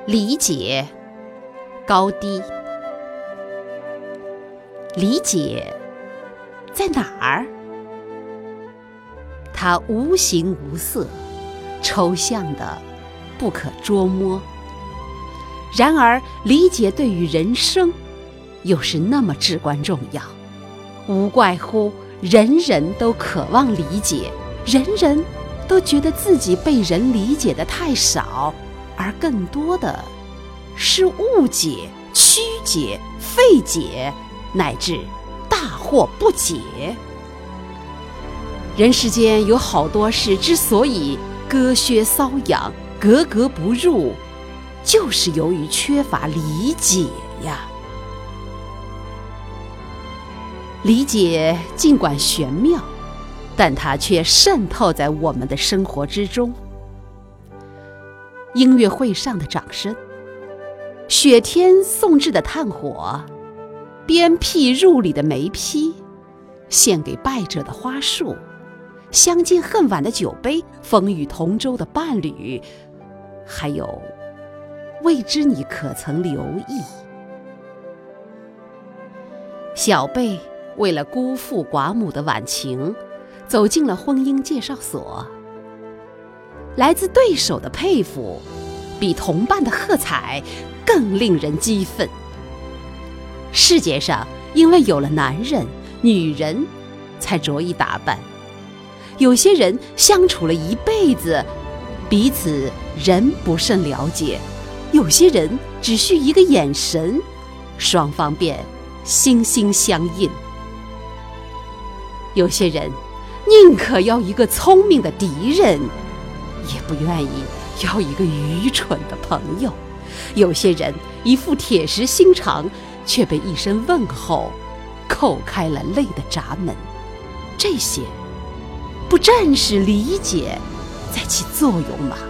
理解高低。理解在哪儿？它无形无色，抽象的不可捉摸。然而理解对于人生又是那么至关重要，无怪乎人人都渴望理解，人人都觉得自己被人理解的太少，而更多的是误解、曲解、费解，乃至大惑不解。人世间有好多事之所以割靴搔痒、格格不入，就是由于缺乏理解呀。理解尽管玄妙，但它却渗透在我们的生活之中。音乐会上的掌声，雪天送制的炭火，鞭辟入里的梅批，献给败者的花束，相见恨晚的酒杯，风雨同舟的伴侣，还有未知你可曾留意。小贝为了辜负寡母的晚情，走进了婚姻介绍所。来自对手的佩服，比同伴的喝彩更令人激愤。世界上因为有了男人，女人才着意打扮。有些人相处了一辈子，彼此仍不甚了解；有些人只需一个眼神，双方便心心相印。有些人宁可要一个聪明的敌人，也不愿意要一个愚蠢的朋友。有些人一副铁石心肠，却被一声问候叩开了泪的闸门。这些不正是理解在起作用吗？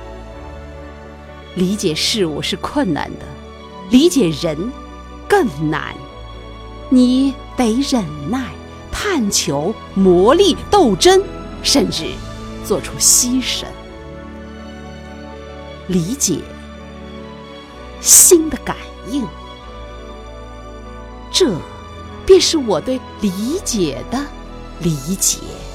理解事物是困难的，理解人更难。你得忍耐、探求、磨砺、斗争，甚至做出牺牲。理解心的感应，这便是我对理解的理解。